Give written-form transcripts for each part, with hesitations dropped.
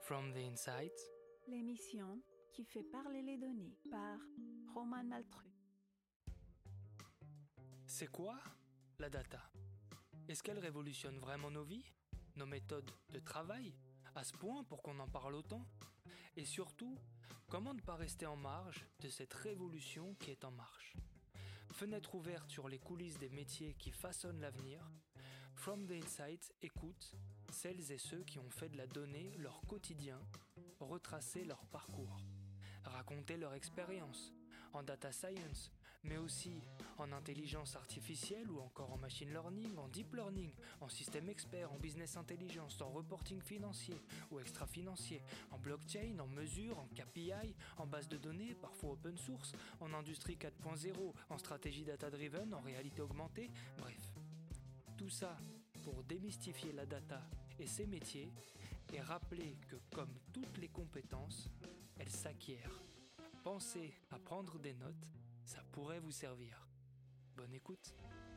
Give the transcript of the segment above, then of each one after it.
From the Insight, l'émission qui fait parler les données par Roman Maltru. c'est quoi la data? Est-ce qu'elle révolutionne vraiment nos vies, nos méthodes de travail, à ce point pour qu'on en parle autant? Et surtout, comment ne pas rester en marge de cette révolution qui est en marche? Fenêtre ouverte sur les coulisses des métiers qui façonnent l'avenir, From the Insight écoute celles et ceux qui ont fait de la donnée leur quotidien, retracer leur parcours, raconter leur expérience en data science, mais aussi en intelligence artificielle ou encore en machine learning, en deep learning, en système expert, en business intelligence, en reporting financier ou extra-financier, en blockchain, en mesure, en KPI, en base de données, parfois open source, en industrie 4.0, en stratégie data-driven, en réalité augmentée, bref. Tout ça pour démystifier la data et ses métiers et rappeler que comme toutes les compétences, elles s'acquièrent. Pensez à prendre des notes, ça pourrait vous servir. Bonne écoute.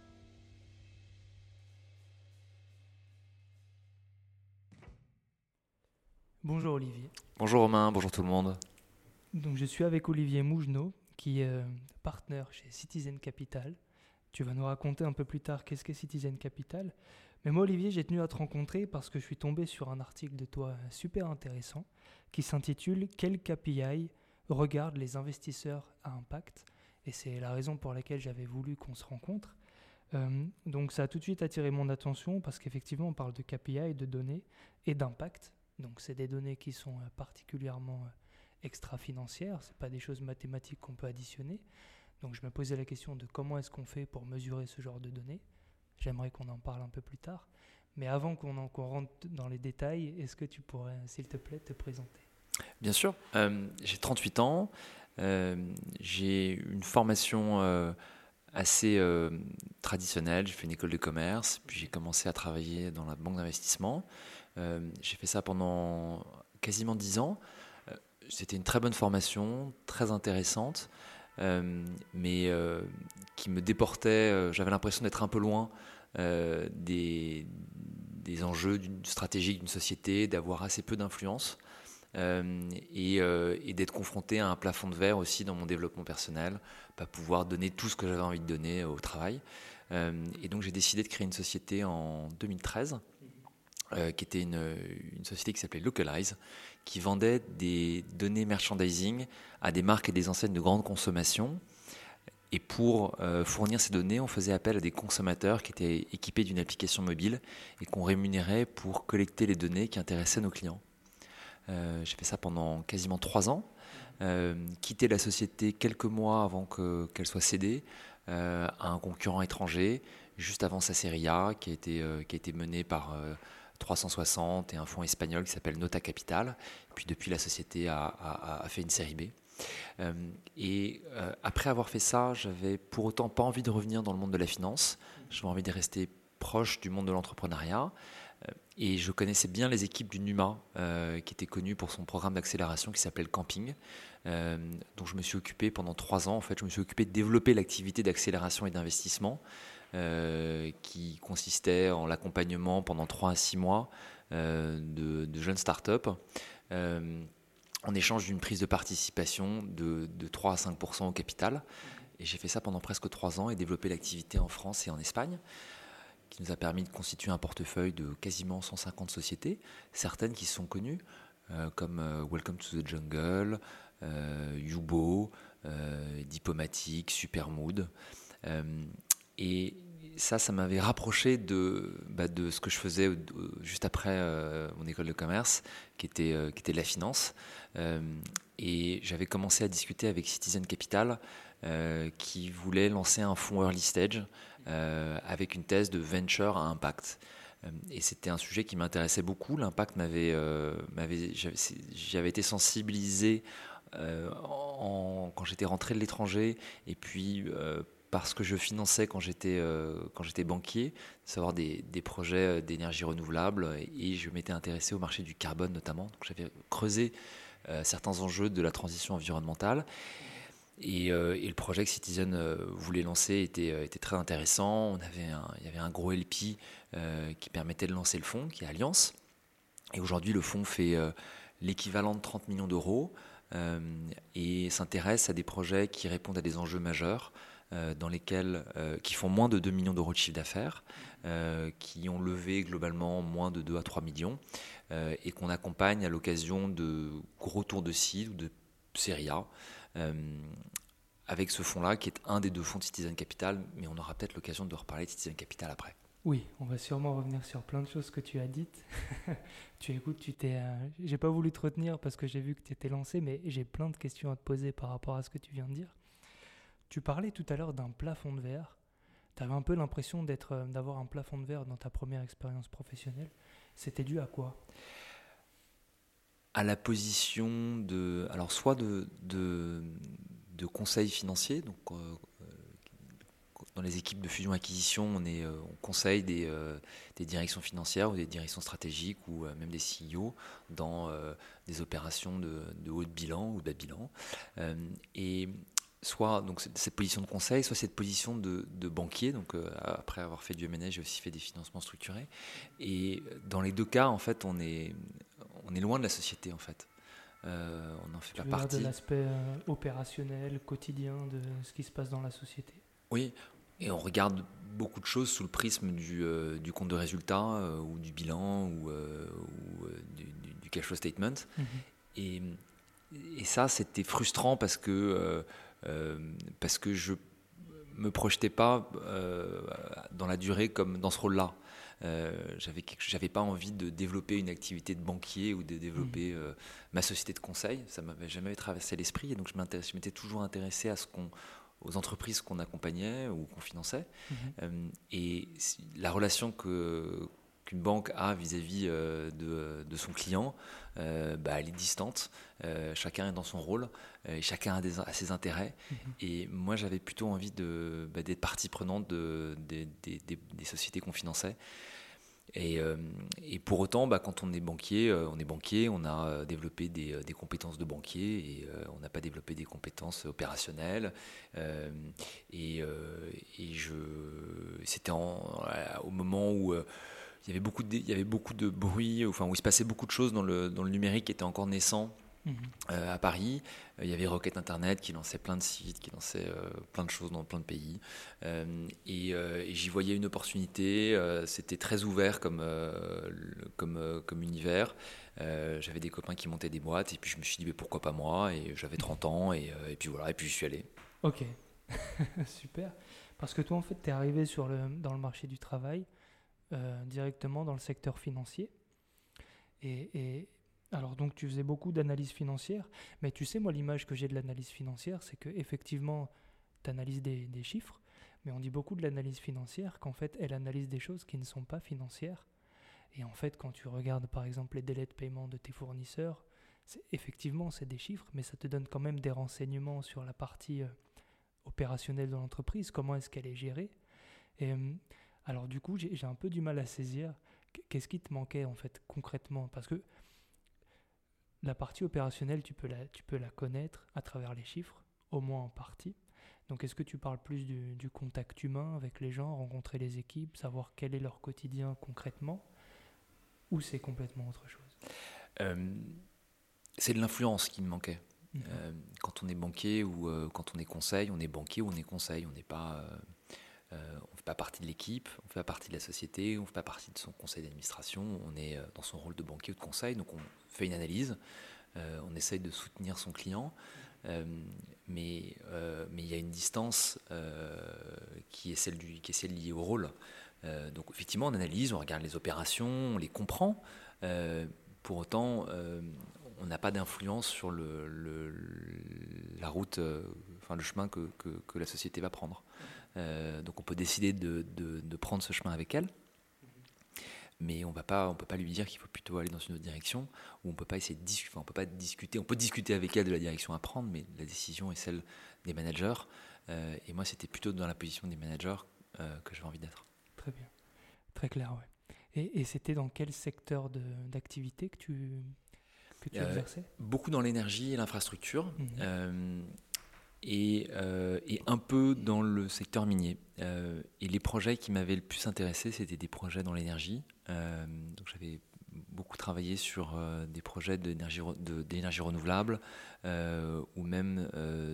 Bonjour Olivier. Bonjour Romain, bonjour tout le monde. Donc je suis avec Olivier Mougenot, qui est partenaire chez Citizen Capital. Tu vas nous raconter un peu plus tard qu'est-ce qu'est Citizen Capital. Mais moi Olivier, j'ai tenu à te rencontrer parce que je suis tombé sur un article de toi super intéressant qui s'intitule « Quel KPI regarde les investisseurs à impact ?» Et c'est la raison pour laquelle j'avais voulu qu'on se rencontre. Donc ça a tout de suite attiré mon attention parce qu'effectivement on parle de KPI, de données et d'impact. Donc c'est des données qui sont particulièrement extra-financières, ce n'est pas des choses mathématiques qu'on peut additionner. Donc je me posais la question de comment est-ce qu'on fait pour mesurer ce genre de données. J'aimerais qu'on en parle un peu plus tard. Mais avant qu'on rentre dans les détails, est-ce que tu pourrais, s'il te plaît, te présenter ? Bien sûr, j'ai 38 ans, j'ai une formation assez traditionnelle, j'ai fait une école de commerce, puis j'ai commencé à travailler dans la banque d'investissement. J'ai fait ça pendant quasiment 10 ans. C'était une très bonne formation, très intéressante, mais qui me déportait. J'avais l'impression d'être un peu loin des enjeux stratégiques d'une société, d'avoir assez peu d'influence et d'être confronté à un plafond de verre aussi dans mon développement personnel, pas pouvoir donner tout ce que j'avais envie de donner au travail. Et donc j'ai décidé de créer une société en 2013. Qui était une société qui s'appelait Localize, qui vendait des données merchandising à des marques et des enseignes de grande consommation. Et pour fournir ces données, on faisait appel à des consommateurs qui étaient équipés d'une application mobile et qu'on rémunérait pour collecter les données qui intéressaient nos clients. J'ai fait ça pendant quasiment 3 ans, quitté la société quelques mois avant qu'elle soit cédée à un concurrent étranger, juste avant sa série A, qui a été menée par 360 et un fonds espagnol qui s'appelle Nota Capital. Puis depuis, la société a fait une série B. Après avoir fait ça, j'avais pour autant pas envie de revenir dans le monde de la finance. J'avais envie de rester proche du monde de l'entrepreneuriat. Et je connaissais bien les équipes du NUMA, qui était connu pour son programme d'accélération qui s'appelle Camping, dont je me suis occupé pendant 3 ans. En fait, je me suis occupé de développer l'activité d'accélération et d'investissement, qui consistait en l'accompagnement pendant 3 à 6 mois de jeunes startups, en échange d'une prise de participation de 3 à 5% au capital. Et j'ai fait ça pendant presque 3 ans et développé l'activité en France et en Espagne, qui nous a permis de constituer un portefeuille de quasiment 150 sociétés, certaines qui sont connues, comme Welcome to the Jungle, Yubo, Diplomatique, Supermood. Et ça m'avait rapproché de ce que je faisais juste après mon école de commerce, qui était de la finance. Et j'avais commencé à discuter avec Citizen Capital, qui voulait lancer un fonds early stage avec une thèse de venture à impact. Et c'était un sujet qui m'intéressait beaucoup. L'impact j'avais été sensibilisé quand j'étais rentré de l'étranger, et puis parce que je finançais quand j'étais banquier, savoir des projets d'énergie renouvelable, et je m'étais intéressé au marché du carbone notamment. Donc j'avais creusé certains enjeux de la transition environnementale. Et le projet que Citizen voulait lancer était très intéressant. Il y avait un gros LP qui permettait de lancer le fonds, qui est Alliance. Et aujourd'hui, le fonds fait l'équivalent de 30 millions d'euros et s'intéresse à des projets qui répondent à des enjeux majeurs, qui font moins de 2 millions d'euros de chiffre d'affaires, qui ont levé globalement moins de 2 à 3 millions, et qu'on accompagne à l'occasion de gros tours de seed ou de série A, avec ce fonds-là qui est un des 2 fonds de Citizen Capital, mais on aura peut-être l'occasion de reparler de Citizen Capital après. Oui, on va sûrement revenir sur plein de choses que tu as dites. J'ai pas voulu te retenir parce que j'ai vu que tu étais lancé, mais j'ai plein de questions à te poser par rapport à ce que tu viens de dire. Tu parlais tout à l'heure d'un plafond de verre. Tu avais un peu l'impression d'avoir un plafond de verre dans ta première expérience professionnelle. C'était dû à quoi ? À la position soit de conseil financier, donc dans les équipes de fusion-acquisition, on conseille des directions financières ou des directions stratégiques ou même des CEO dans des opérations de haut de bilan ou bas de bilan. Et soit donc cette position de conseil, soit cette position de banquier. Donc après avoir fait du M&A, j'ai aussi fait des financements structurés. Et dans les 2 cas, en fait, on est loin de la société, en fait. On en fait pas partie. Tu veux dire de l'aspect opérationnel, quotidien de ce qui se passe dans la société. Oui, et on regarde beaucoup de choses sous le prisme du compte de résultat ou du bilan ou du cash flow statement. Et ça, c'était frustrant parce que je me projetais pas dans la durée comme dans ce rôle-là. J'avais pas envie de développer une activité de banquier ou de développer ma société de conseil. Ça m'avait jamais traversé l'esprit, et donc je m'étais toujours intéressé aux entreprises qu'on accompagnait ou qu'on finançait. Et la relation qu'une banque a vis-à-vis de son client, elle est distante. Chacun est dans son rôle, et chacun a ses intérêts. Et moi, j'avais plutôt envie d'être partie prenante des sociétés qu'on finançait. Et pour autant, quand on est banquier, on a développé des compétences de banquier, et on n'a pas développé des compétences opérationnelles. C'était au moment où il y avait beaucoup de bruit, où il se passait beaucoup de choses dans le numérique qui était encore naissant. À Paris, il y avait Rocket Internet qui lançait plein de sites, qui lançait plein de choses dans plein de pays, et j'y voyais une opportunité. C'était très ouvert comme univers. J'avais des copains qui montaient des boîtes, et puis je me suis dit mais pourquoi pas moi, et j'avais 30 ans, et puis voilà, et puis j'y suis allé. Ok, super. Parce que toi, en fait, tu es arrivé dans le marché du travail directement dans le secteur financier, et alors donc tu faisais beaucoup d'analyse financière, mais tu sais, moi, l'image que j'ai de l'analyse financière, c'est qu'effectivement tu analyses des chiffres, mais on dit beaucoup de l'analyse financière qu'en fait elle analyse des choses qui ne sont pas financières. Et en fait, quand tu regardes par exemple les délais de paiement de tes fournisseurs, effectivement c'est des chiffres, mais ça te donne quand même des renseignements sur la partie opérationnelle de l'entreprise, comment est-ce qu'elle est gérée. Et alors du coup, j'ai un peu du mal à saisir qu'est-ce qui te manquait en fait concrètement, parce que la partie opérationnelle, tu peux la connaître à travers les chiffres, au moins en partie. Donc est-ce que tu parles plus du contact humain avec les gens, rencontrer les équipes, savoir quel est leur quotidien concrètement, ou c'est complètement autre chose ? C'est de l'influence qui me manquait. Quand on est banquier ou quand on est conseil, on est banquier ou on est conseil. On n'est pas... on ne fait pas partie de l'équipe, on ne fait pas partie de la société, on ne fait pas partie de son conseil d'administration, on est dans son rôle de banquier ou de conseil, donc on fait une analyse, on essaye de soutenir son client, mais il y a une distance qui est celle liée au rôle. Donc effectivement, on analyse, on regarde les opérations, on les comprend, pour autant, on n'a pas d'influence sur la route, le chemin que la société va prendre. Donc on peut décider de prendre ce chemin avec elle, mais on peut pas lui dire qu'il faut plutôt aller dans une autre direction, ou on peut pas essayer de discuter. On peut pas discuter. On peut discuter avec elle de la direction à prendre, mais la décision est celle des managers. Et moi, c'était plutôt dans la position des managers que j'avais envie d'être. Très bien, très clair, ouais. Et c'était dans quel secteur d'activité que tu exerçais ? Beaucoup dans l'énergie et l'infrastructure. Et un peu dans le secteur minier. Et les projets qui m'avaient le plus intéressé, c'était des projets dans l'énergie. Donc j'avais beaucoup travaillé sur des projets d'énergie renouvelable ou même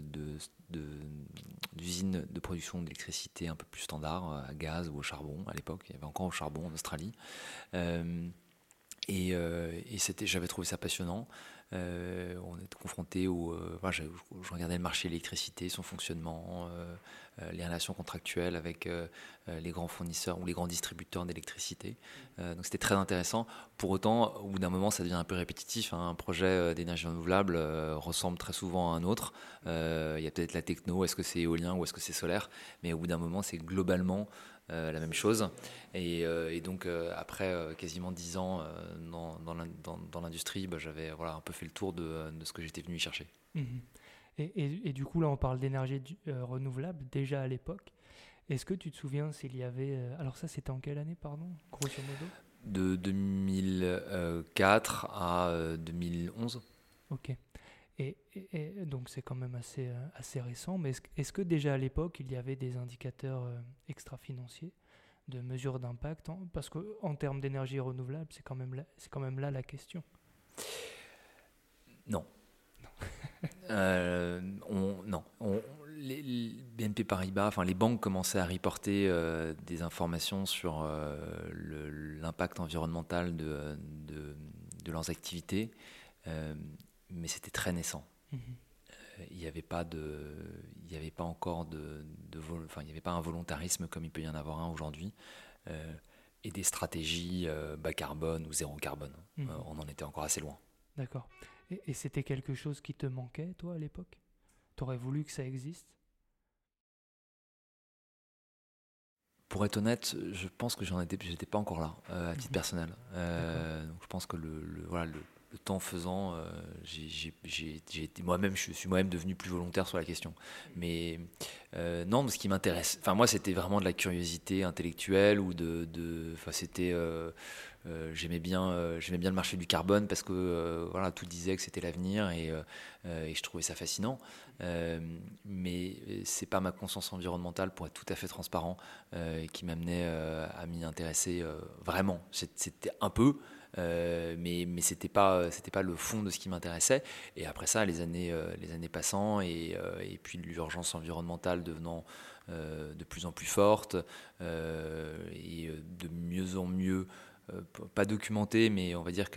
d'usines de production d'électricité un peu plus standard, à gaz ou au charbon. À l'époque, il y avait encore au charbon en Australie. J'avais trouvé ça passionnant. On était confronté je regardais le marché de l'électricité, son fonctionnement, les relations contractuelles avec les grands fournisseurs ou les grands distributeurs d'électricité. Donc c'était très intéressant. Pour autant, au bout d'un moment, ça devient un peu répétitif. Un projet d'énergie renouvelable ressemble très souvent à un autre. Il y a peut-être la techno, est-ce que c'est éolien ou est-ce que c'est solaire? Mais au bout d'un moment, c'est globalement la même chose. Et donc, après quasiment 10 ans dans l'industrie, j'avais un peu fait le tour de ce que j'étais venu y chercher. Mhm. Et du coup, là, on parle d'énergie renouvelable déjà à l'époque. Est-ce que tu te souviens s'il y avait... alors ça, c'était en quelle année, pardon, grosso modo? De 2004 à 2011. Ok. Et donc c'est quand même assez récent, mais est-ce que déjà à l'époque, il y avait des indicateurs extra-financiers de mesure d'impact parce qu'en termes d'énergie renouvelable, c'est quand même là la question. Non. Les BNP Paribas, enfin les banques commençaient à reporter des informations sur l'impact environnemental de leurs activités, mais c'était très naissant. Il n'y avait pas encore il n'y avait pas un volontarisme comme il peut y en avoir un aujourd'hui, et des stratégies bas carbone ou zéro carbone. On en était encore assez loin. D'accord. Et c'était quelque chose qui te manquait, toi, à l'époque? T'aurais voulu que ça existe? Pour être honnête, je pense que j'étais pas encore là, à titre personnel. Donc je pense que le temps faisant, je suis moi-même devenu plus volontaire sur la question. Mais non, ce qui m'intéresse, moi c'était vraiment de la curiosité intellectuelle ou j'aimais bien le marché du carbone parce que tout disait que c'était l'avenir et je trouvais ça fascinant. Mais c'est pas ma conscience environnementale, pour être tout à fait transparent, qui m'amenait à m'y intéresser vraiment. C'était un peu, mais c'était pas le fond de ce qui m'intéressait. Et après ça, les années passant et puis l'urgence environnementale devenant de plus en plus forte et de mieux en mieux pas documentée, mais on va dire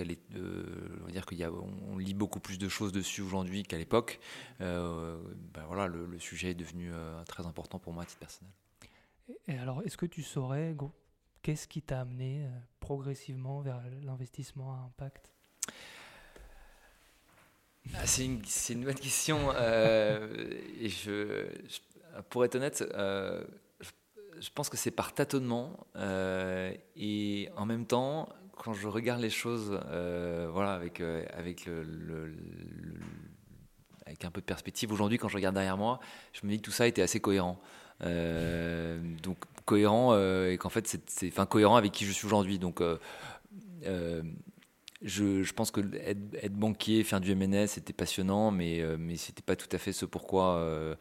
on lit beaucoup plus de choses dessus aujourd'hui qu'à l'époque. Le sujet est devenu très important pour moi à titre personnel. Et alors, est-ce que tu saurais qu'est-ce qui t'a amené progressivement vers l'investissement à impact? C'est une bonne question. Et pour être honnête, je pense que c'est par tâtonnement et en même temps, quand je regarde les choses, avec avec un peu de perspective aujourd'hui, quand je regarde derrière moi, je me dis que tout ça était assez cohérent. Donc cohérent et qu'en fait c'est cohérent avec qui je suis aujourd'hui. Donc je pense que être banquier, faire du M&A, c'était passionnant, mais c'était pas tout à fait ce pourquoi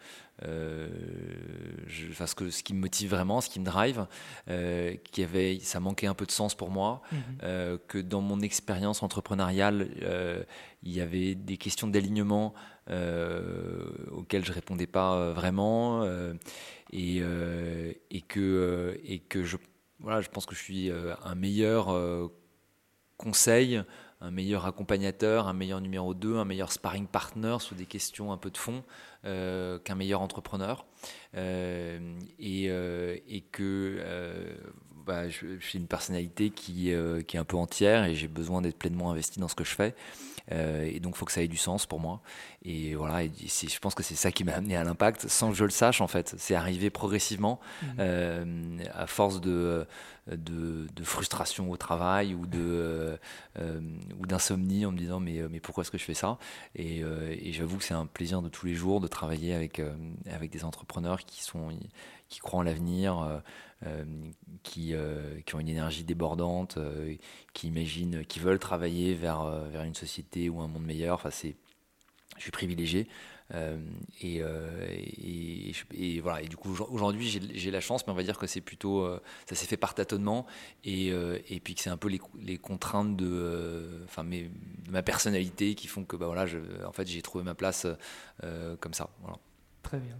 ce qui me motive vraiment, ce qui me drive, ça manquait un peu de sens pour moi, que dans mon expérience entrepreneuriale, il y avait des questions d'alignement auxquelles je répondais pas vraiment, et que je pense que je suis un meilleur conseil, un meilleur accompagnateur, un meilleur numéro 2, un meilleur sparring partner sur des questions un peu de fond qu'un meilleur entrepreneur. Et que je suis une personnalité qui est un peu entière et j'ai besoin d'être pleinement investi dans ce que je fais. Et donc il faut que ça ait du sens pour moi. Et je pense que c'est ça qui m'a amené à l'impact sans que je le sache en fait. C'est arrivé progressivement à force de frustration au travail ou d'insomnie en me disant mais pourquoi est-ce que je fais ça, et j'avoue que c'est un plaisir de tous les jours de travailler avec des entrepreneurs qui croient en l'avenir, qui ont une énergie débordante, qui veulent travailler vers une société ou un monde meilleur. Je suis privilégié. Et voilà. Et du coup, aujourd'hui, j'ai la chance, mais on va dire que c'est plutôt, ça s'est fait par tâtonnement, et puis que c'est un peu les contraintes de ma personnalité qui font que voilà, en fait, j'ai trouvé ma place comme ça. Voilà. Très bien.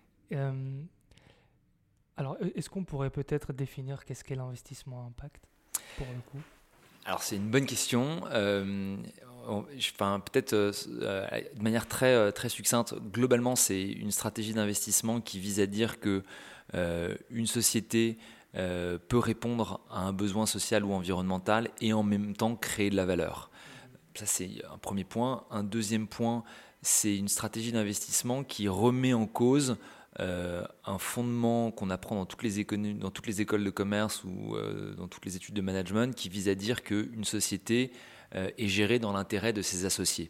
Alors, est-ce qu'on pourrait peut-être définir qu'est-ce qu'est l'investissement à impact, pour le coup? Alors, c'est une bonne question. Peut-être de manière très, très succincte, globalement, c'est une stratégie d'investissement qui vise à dire que une société peut répondre à un besoin social ou environnemental et en même temps créer de la valeur. Ça, c'est un premier point. Un deuxième point, c'est une stratégie d'investissement qui remet en cause un fondement qu'on apprend dans toutes les écoles de commerce ou dans toutes les études de management, qui vise à dire qu'une société est gérée dans l'intérêt de ses associés.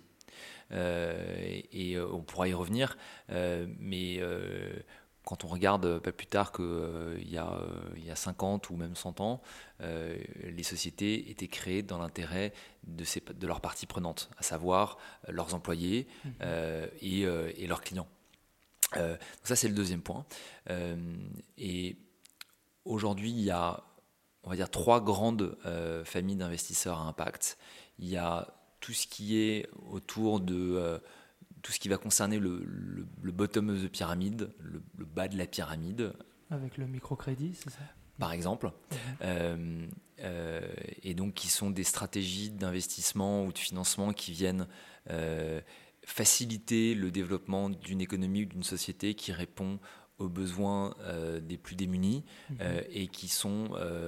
On pourra y revenir, mais quand on regarde pas plus tard qu'il y a 50 ou même 100 ans, les sociétés étaient créées dans l'intérêt de leurs parties prenantes, à savoir leurs employés et leurs clients. Donc ça, c'est le deuxième point. Et aujourd'hui, il y a, on va dire, 3 grandes familles d'investisseurs à impact. Il y a tout ce qui est autour de tout ce qui va concerner le bottom of the pyramide, le bas de la pyramide. Avec le microcrédit, c'est ça? Par exemple. Et donc, qui sont des stratégies d'investissement ou de financement qui viennent faciliter le développement d'une économie ou d'une société qui répond aux besoins des plus démunis et qui sont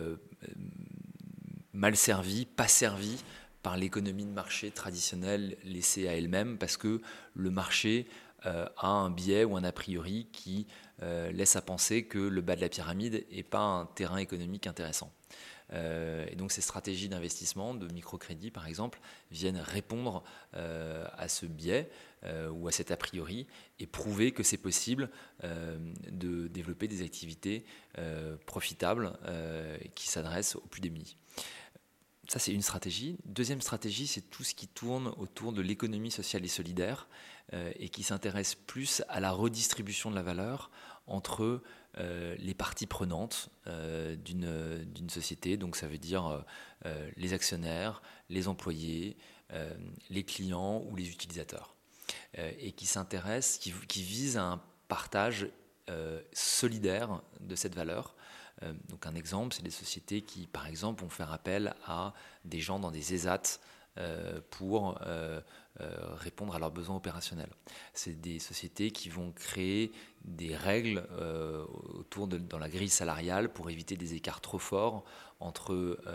mal servis, pas servis par l'économie de marché traditionnelle laissée à elle-même, parce que le marché a un biais ou un a priori qui laisse à penser que le bas de la pyramide n'est pas un terrain économique intéressant. Et donc ces stratégies d'investissement, de microcrédit par exemple, viennent répondre à ce biais ou à cet a priori et prouver que c'est possible de développer des activités profitables qui s'adressent aux plus démunis. Ça, c'est une stratégie. Deuxième stratégie, c'est tout ce qui tourne autour de l'économie sociale et solidaire et qui s'intéresse plus à la redistribution de la valeur entre les parties prenantes d'une société. Donc ça veut dire les actionnaires, les employés, les clients ou les utilisateurs. Et qui s'intéresse, qui vise à un partage solidaire de cette valeur. Donc un exemple, c'est des sociétés qui, par exemple, vont faire appel à des gens dans des ESAT pour répondre à leurs besoins opérationnels. C'est des sociétés qui vont créer des règles dans la grille salariale pour éviter des écarts trop forts entre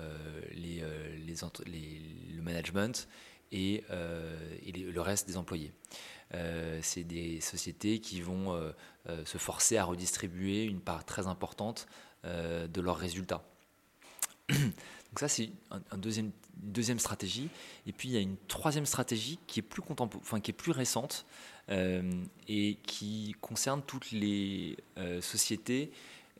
le management et le reste des employés. C'est des sociétés qui vont se forcer à redistribuer une part très importante de leurs résultats. Donc ça, c'est une deuxième stratégie. Et puis, il y a une troisième stratégie qui est qui est plus récente et qui concerne toutes les sociétés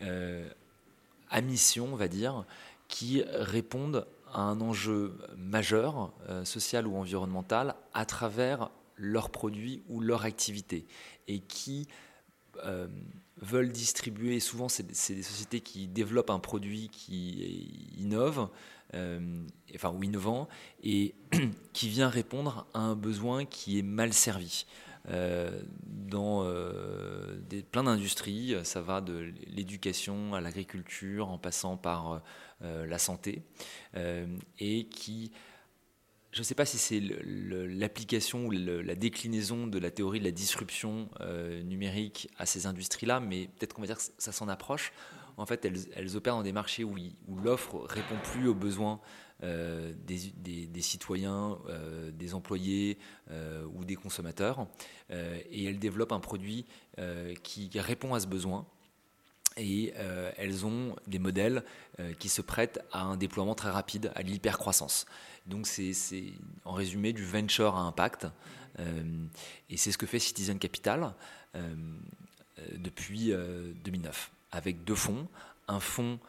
à mission, on va dire, qui répondent à un enjeu majeur, social ou environnemental, à travers leurs produits ou leur activité, et qui veulent distribuer, souvent c'est des sociétés qui développent un produit qui innove, ou innovant, et qui vient répondre à un besoin qui est mal servi. Dans plein d'industries, ça va de l'éducation à l'agriculture en passant par la santé, et qui... Je ne sais pas si c'est l'application ou la déclinaison de la théorie de la disruption numérique à ces industries-là, mais peut-être qu'on va dire que ça s'en approche. En fait, elles opèrent dans des marchés où l'offre ne répond plus aux besoins des citoyens, des employés ou des consommateurs, et elles développent un produit qui répond à ce besoin. Et elles ont des modèles qui se prêtent à un déploiement très rapide, à l'hypercroissance. Donc c'est en résumé du venture à impact. Et c'est ce que fait Citizen Capital depuis 2009, avec 2 fonds. Un fonds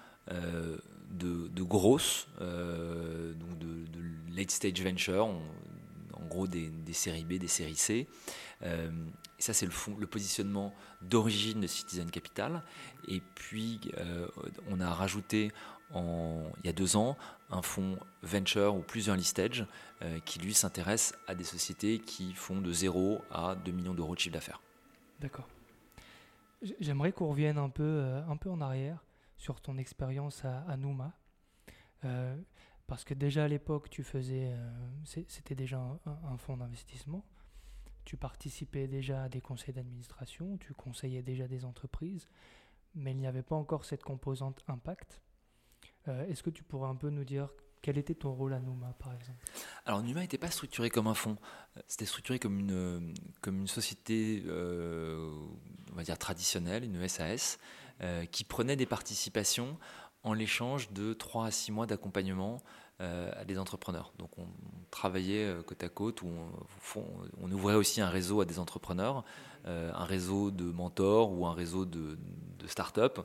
de growth, donc de late stage venture, en gros des séries B, des séries C. Et ça, c'est le positionnement d'origine de Citizen Capital. Et puis, on a rajouté, il y a 2 ans, un fonds venture ou plus early stage qui, lui, s'intéresse à des sociétés qui font de 0 à 2 millions d'euros de chiffre d'affaires. D'accord. J'aimerais qu'on revienne un peu en arrière sur ton expérience à Nouma. Parce que déjà à l'époque, c'était déjà un fonds d'investissement. Tu participais déjà à des conseils d'administration, tu conseillais déjà des entreprises, mais il n'y avait pas encore cette composante impact. Est-ce que tu pourrais un peu nous dire quel était ton rôle à Nouma, par exemple ? Alors, Numa n'était pas structuré comme un fonds. C'était structuré comme une société, on va dire traditionnelle, une SAS, qui prenait des participations en l'échange de 3 à 6 mois d'accompagnement à des entrepreneurs. Donc, on travaillait côte à côte, où on ouvrait aussi un réseau à des entrepreneurs, un réseau de mentors ou un réseau de start-up.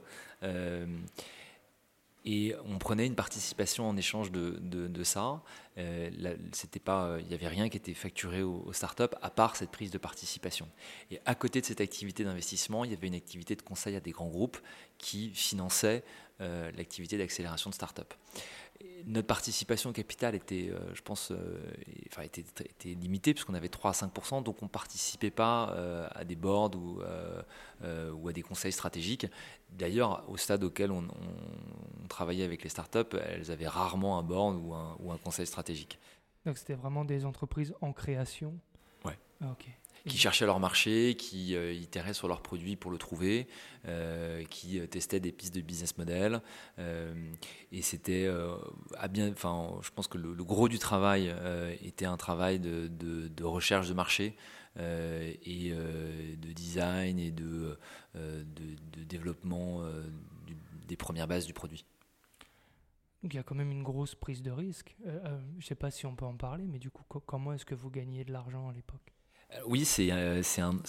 Et on prenait une participation en échange de ça. Il n'y avait rien qui était facturé aux startups à part cette prise de participation. Et à côté de cette activité d'investissement, il y avait une activité de conseil à des grands groupes qui finançait l'activité d'accélération de startups. Notre participation au capital était, je pense, était limitée puisqu'on avait 3 à 5%, donc on ne participait pas à des boards ou à des conseils stratégiques. D'ailleurs, au stade auquel on travaillait avec les startups, elles avaient rarement un board ou un conseil stratégique. Donc c'était vraiment des entreprises en création. Ouais. Ah, ok. Qui cherchaient leur marché, qui itéraient sur leurs produits pour le trouver, qui testaient des pistes de business model. Et c'était je pense que le gros du travail était un travail de recherche de marché et de design et de développement des premières bases du produit. Donc il y a quand même une grosse prise de risque. Je ne sais pas si on peut en parler, mais du coup, comment est-ce que vous gagnez de l'argent à l'époque ? Oui, c'est un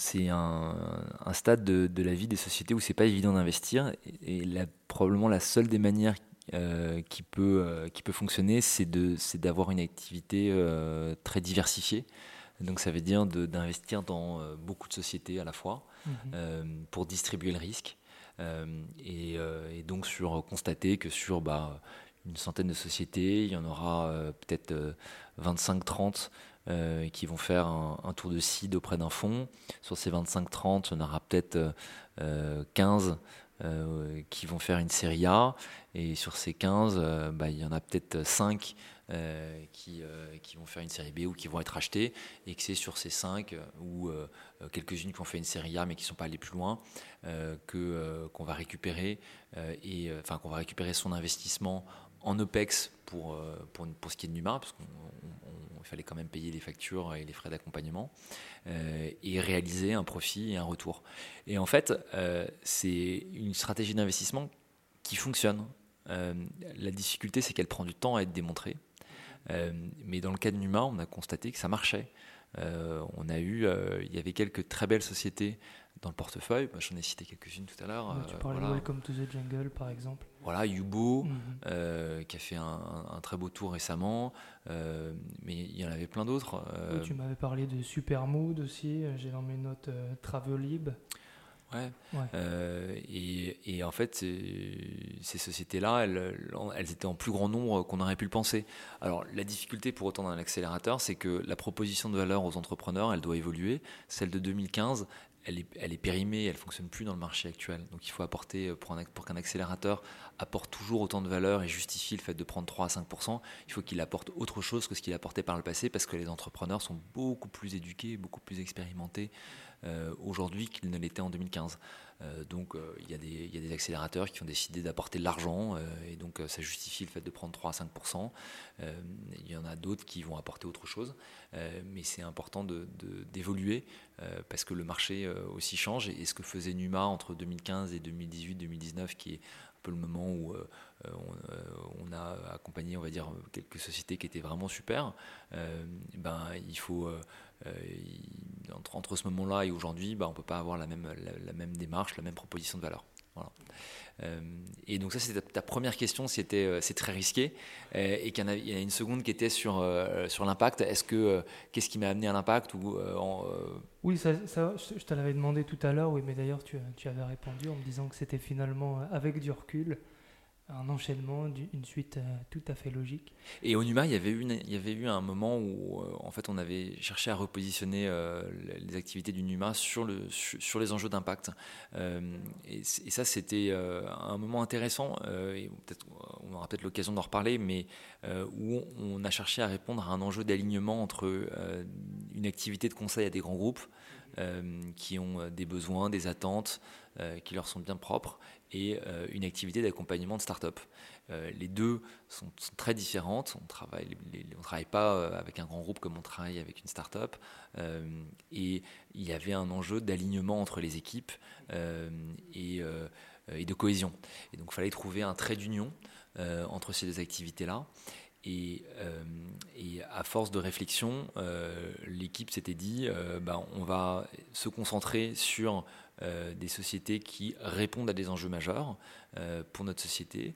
stade de la vie des sociétés où c'est pas évident d'investir et probablement la seule des manières qui peut fonctionner, c'est d'avoir une activité très diversifiée. Donc ça veut dire d'investir dans beaucoup de sociétés à la fois pour distribuer le risque et donc constater que sur une centaine de sociétés, il y en aura peut-être 25-30 qui vont faire un tour de seed auprès d'un fonds. Sur ces 25-30, il y en aura peut-être 15 qui vont faire une série A. Et sur ces 15, il y en a peut-être 5 qui vont faire une série B ou qui vont être achetés. Et que c'est sur ces 5 ou quelques-unes qui ont fait une série A mais qui ne sont pas allées plus loin qu'on va récupérer qu'on va récupérer son investissement en OPEX pour ce qui est de Numa, parce qu'il fallait quand même payer les factures et les frais d'accompagnement, et réaliser un profit et un retour. Et en fait, c'est une stratégie d'investissement qui fonctionne. La difficulté, c'est qu'elle prend du temps à être démontrée. Mais dans le cas de Numa, on a constaté que ça marchait. Il y avait quelques très belles sociétés dans le portefeuille. J'en ai cité quelques-unes tout à l'heure. Tu parlais de Welcome to the Jungle, par exemple. Voilà, Yubo, qui a fait un très beau tour récemment, mais il y en avait plein d'autres. Tu m'avais parlé de Supermood aussi, j'ai dans mes notes Travelib. Ouais. Et en fait, ces sociétés-là, elles étaient en plus grand nombre qu'on aurait pu le penser. Alors, la difficulté pour autant d'un accélérateur, c'est que la proposition de valeur aux entrepreneurs, elle doit évoluer. Celle de 2015, elle est périmée, elle ne fonctionne plus dans le marché actuel. Donc il faut apporter, pour qu'un accélérateur apporte toujours autant de valeur et justifie le fait de prendre 3 à 5%, il faut qu'il apporte autre chose que ce qu'il apportait par le passé, parce que les entrepreneurs sont beaucoup plus éduqués, beaucoup plus expérimentés aujourd'hui qu'ils ne l'étaient en 2015. Donc il y a des accélérateurs qui ont décidé d'apporter de l'argent et donc ça justifie le fait de prendre 3 à 5%. Il y en a d'autres qui vont apporter autre chose, mais c'est important d'évoluer parce que le marché aussi change, et ce que faisait Numa entre 2015 et 2018-2019, qui est un peu le moment où on a accompagné, on va dire, quelques sociétés qui étaient vraiment super, il faut entre ce moment-là et aujourd'hui, on ne peut pas avoir la même démarche, la même proposition de valeur. Voilà. Et donc ça, c'était ta première question, c'est très risqué. Et qu'il y a une seconde qui était sur l'impact. Qu'est-ce qui m'a amené à l'impact Oui, ça, je te l'avais demandé tout à l'heure, oui, mais d'ailleurs tu avais répondu en me disant que c'était finalement, avec du recul, un enchaînement, une suite tout à fait logique. Et au NUMA, il y avait eu un moment où en fait, on avait cherché à repositionner les activités du NUMA sur les enjeux d'impact. Et ça, c'était un moment intéressant. Et on aura peut-être l'occasion d'en reparler, mais où on a cherché à répondre à un enjeu d'alignement entre une activité de conseil à des grands groupes qui ont des besoins, des attentes qui leur sont bien propres, et une activité d'accompagnement de start-up. Les deux sont très différentes. On travaille pas avec un grand groupe comme on travaille avec une start-up. Et il y avait un enjeu d'alignement entre les équipes et de cohésion. Et donc, il fallait trouver un trait d'union entre ces deux activités-là. Et à force de réflexion, l'équipe s'était dit on va se concentrer sur des sociétés qui répondent à des enjeux majeurs pour notre société,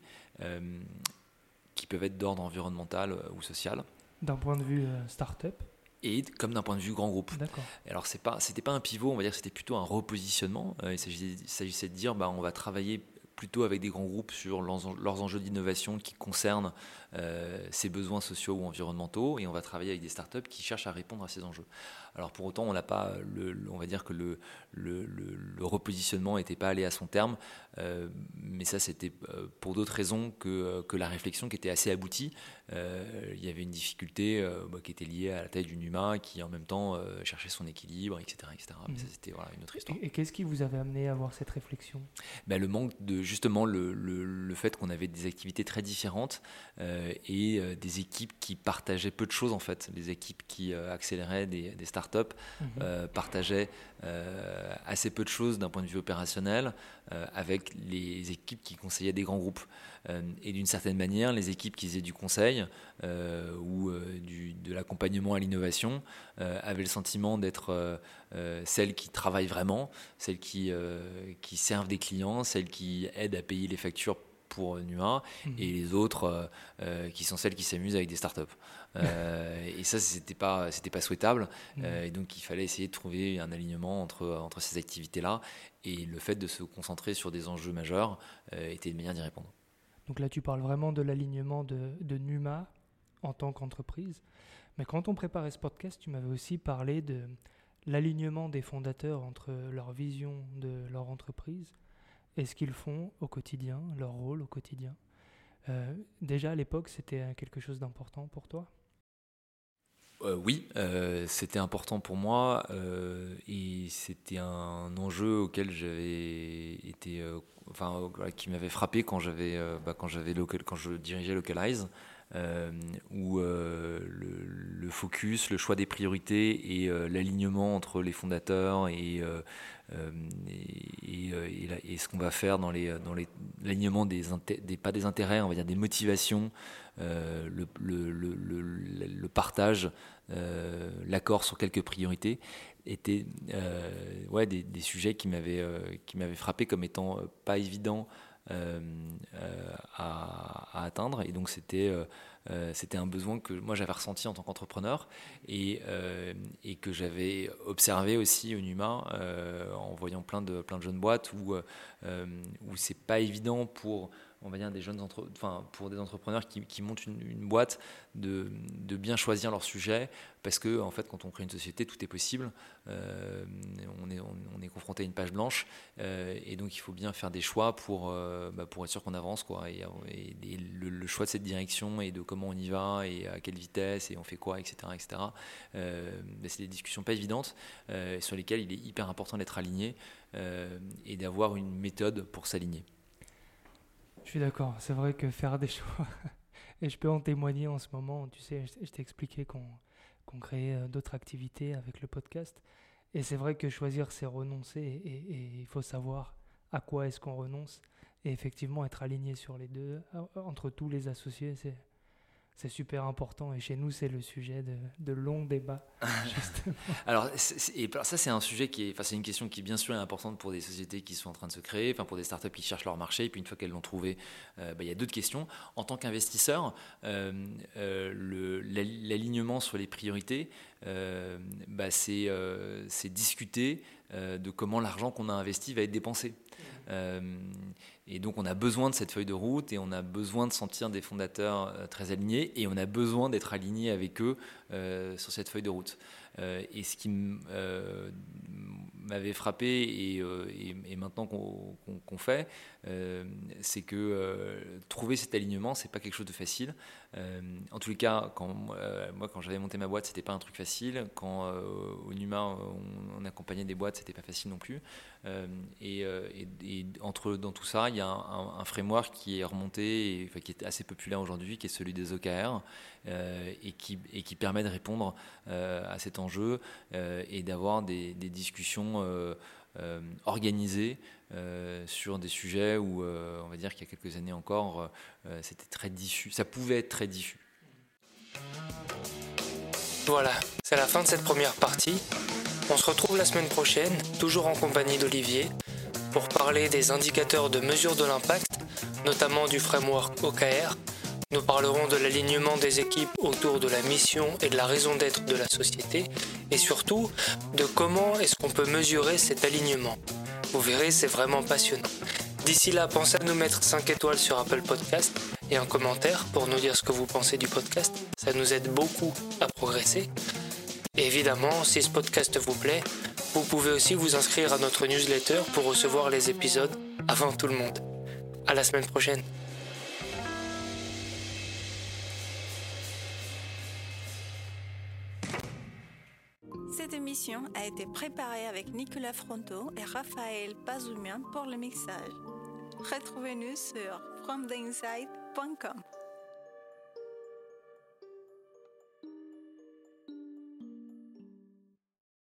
qui peuvent être d'ordre environnemental ou social. D'un point de vue start-up et comme d'un point de vue grand groupe. D'accord. Alors c'était pas un pivot, on va dire que c'était plutôt un repositionnement. Il s'agissait de dire on va travailler plutôt avec des grands groupes sur leurs enjeux d'innovation qui concernent ces besoins sociaux ou environnementaux, et on va travailler avec des startups qui cherchent à répondre à ces enjeux. Alors pour autant, on n'a pas, on va dire que le repositionnement n'était pas allé à son terme, mais ça c'était pour d'autres raisons que la réflexion qui était assez aboutie. Il y avait une difficulté qui était liée à la taille du NUMA, qui en même temps cherchait son équilibre, etc. Mais ça c'était une autre histoire. Et qu'est-ce qui vous avait amené à avoir cette réflexion ? Le manque de, justement, le fait qu'on avait des activités très différentes et des équipes qui partageaient peu de choses en fait. Les équipes qui accéléraient des startups partageaient assez peu de choses d'un point de vue opérationnel avec les équipes qui conseillaient des grands groupes. Et d'une certaine manière, les équipes qui faisaient du conseil ou de l'accompagnement à l'innovation avaient le sentiment d'être celles qui travaillent vraiment, celles qui servent des clients, celles qui aident à payer les factures pour NUA, et les autres qui sont celles qui s'amusent avec des startups. Et ça, c'était pas souhaitable. Et donc, il fallait essayer de trouver un alignement entre ces activités-là. Et le fait de se concentrer sur des enjeux majeurs était une manière d'y répondre. Donc là, tu parles vraiment de l'alignement de NUMA en tant qu'entreprise. Mais quand on préparait ce podcast, tu m'avais aussi parlé de l'alignement des fondateurs entre leur vision de leur entreprise et ce qu'ils font au quotidien, leur rôle au quotidien. Déjà à l'époque, c'était quelque chose d'important pour toi ? Oui, c'était important pour moi et c'était un enjeu auquel j'avais été, qui m'avait frappé quand je dirigeais Localize, où le focus, le choix des priorités et l'alignement entre les fondateurs et ce qu'on va faire dans l'alignement pas des intérêts, on va dire des motivations, le partage, l'accord sur quelques priorités étaient des sujets qui m'avaient frappé comme étant pas évidents à atteindre. Et donc c'était un besoin que moi j'avais ressenti en tant qu'entrepreneur et que j'avais observé aussi au NUMA en voyant plein de jeunes boîtes où c'est pas évident pour, on va dire, pour des entrepreneurs qui montent une boîte de bien choisir leur sujet, parce que en fait quand on crée une société, tout est possible. On est confronté à une page blanche et donc il faut bien faire des choix pour être sûr qu'on avance, quoi. Et le choix de cette direction et de comment on y va et à quelle vitesse et on fait quoi, etc. C'est des discussions pas évidentes sur lesquelles il est hyper important d'être aligné et d'avoir une méthode pour s'aligner. Je suis d'accord, c'est vrai que faire des choix, et je peux en témoigner en ce moment, tu sais, je t'ai expliqué qu'on créait d'autres activités avec le podcast, et c'est vrai que choisir c'est renoncer, et il faut savoir à quoi est-ce qu'on renonce, et effectivement être aligné sur les deux, entre tous les associés, c'est super important. Et chez nous, c'est le sujet de longs débats, justement. Alors, ça, c'est un sujet c'est une question qui, bien sûr, est importante pour des sociétés qui sont en train de se créer, pour des startups qui cherchent leur marché. Et puis, une fois qu'elles l'ont trouvé, il y a d'autres questions. En tant qu'investisseur, l'alignement sur les priorités, c'est discuter de comment l'argent qu'on a investi va être dépensé. Et donc on a besoin de cette feuille de route et on a besoin de sentir des fondateurs très alignés et on a besoin d'être alignés avec eux sur cette feuille de route. Et ce qui m'avait frappé et maintenant qu'on fait, c'est que trouver cet alignement, c'est pas quelque chose de facile. En tous les cas, moi quand j'avais monté ma boîte, c'était pas un truc facile. Quand au Numa on accompagnait des boîtes, c'était pas facile non plus. Et dans tout ça, il y a un framework qui est remonté, qui est assez populaire aujourd'hui, qui est celui des OKR, et qui permet de répondre à cet enjeu et d'avoir des discussions organisées sur des sujets où, on va dire qu'il y a quelques années encore, c'était très diffus. Ça pouvait être très diffus. Voilà, c'est la fin de cette première partie. On se retrouve la semaine prochaine, toujours en compagnie d'Olivier, pour parler des indicateurs de mesure de l'impact, notamment du framework OKR. Nous parlerons de l'alignement des équipes autour de la mission et de la raison d'être de la société, et surtout de comment est-ce qu'on peut mesurer cet alignement. Vous verrez, c'est vraiment passionnant. D'ici là, pensez à nous mettre 5 étoiles sur Apple Podcast et un commentaire pour nous dire ce que vous pensez du podcast. Ça nous aide beaucoup à progresser. Et évidemment, si ce podcast vous plaît, vous pouvez aussi vous inscrire à notre newsletter pour recevoir les épisodes avant tout le monde. À la semaine prochaine. Cette émission a été préparée avec Nicolas Fronto et Raphaël Bazoumian pour le mixage. Retrouvez-nous sur fromtheinside.com.